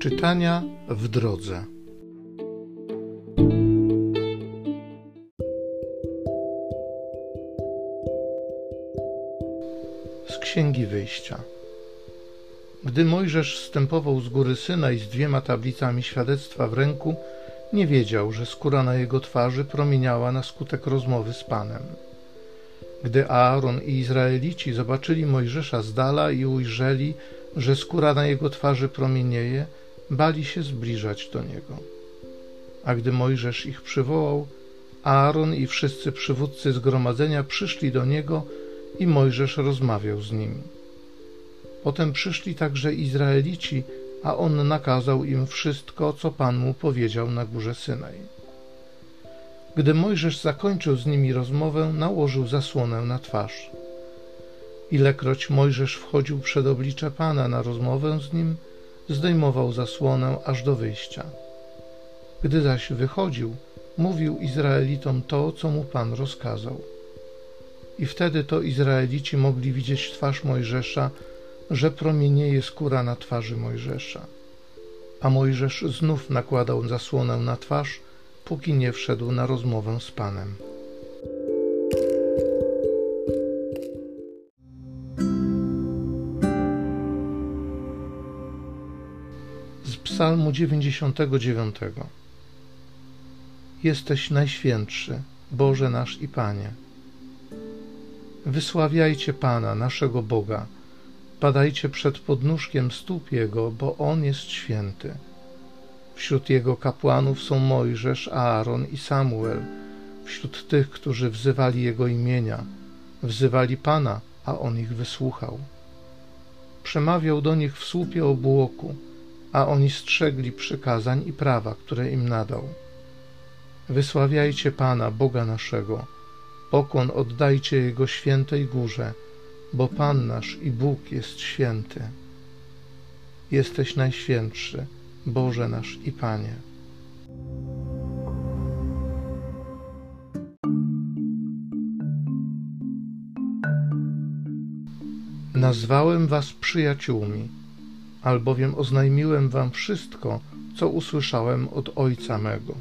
Czytania w drodze. Z Księgi Wyjścia. Gdy Mojżesz zstępował z góry Synaj z 2 tablicami świadectwa w ręku, nie wiedział, że skóra na jego twarzy promieniała na skutek rozmowy z Panem. Gdy Aaron i Izraelici zobaczyli Mojżesza z dala i ujrzeli, że skóra na jego twarzy promienieje, bali się zbliżać do niego. A gdy Mojżesz ich przywołał, Aaron i wszyscy przywódcy zgromadzenia przyszli do niego i Mojżesz rozmawiał z nimi. Potem przyszli także Izraelici, a on nakazał im wszystko, co Pan mu powiedział na górze Synaj. Gdy Mojżesz zakończył z nimi rozmowę, nałożył zasłonę na twarz. Ilekroć Mojżesz wchodził przed oblicze Pana na rozmowę z nim, zdejmował zasłonę aż do wyjścia. Gdy zaś wychodził, mówił Izraelitom to, co mu Pan rozkazał. I wtedy to Izraelici mogli widzieć twarz Mojżesza, że promienieje skóra na twarzy Mojżesza. A Mojżesz znów nakładał zasłonę na twarz, póki nie wszedł na rozmowę z Panem. Z Psalmu 99. Jesteś najświętszy, Boże nasz i Panie. Wysławiajcie Pana, naszego Boga, padajcie przed podnóżkiem stóp Jego, bo On jest święty. Wśród Jego kapłanów są Mojżesz, Aaron i Samuel, wśród tych, którzy wzywali Jego imienia, wzywali Pana, a On ich wysłuchał. Przemawiał do nich w słupie obłoku, a oni strzegli przykazań i prawa, które im nadał. Wysławiajcie Pana, Boga naszego, pokłon oddajcie Jego świętej górze, bo Pan nasz i Bóg jest święty. Jesteś najświętszy, Boże nasz i Panie. Nazwałem was przyjaciółmi, albowiem oznajmiłem wam wszystko, co usłyszałem od Ojca mego.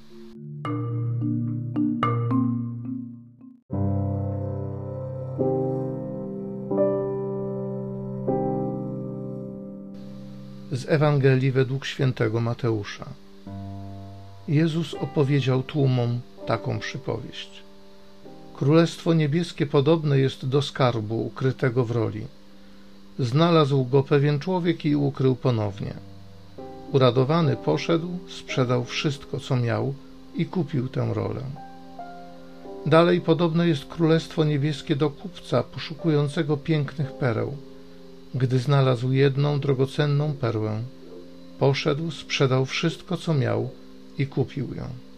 Z Ewangelii według świętego Mateusza. Jezus opowiedział tłumom taką przypowieść. Królestwo niebieskie podobne jest do skarbu ukrytego w roli. Znalazł go pewien człowiek i ukrył ponownie. Uradowany poszedł, sprzedał wszystko, co miał i kupił tę rolę. Dalej podobne jest królestwo niebieskie do kupca poszukującego pięknych pereł. Gdy znalazł jedną drogocenną perłę, poszedł, sprzedał wszystko, co miał i kupił ją.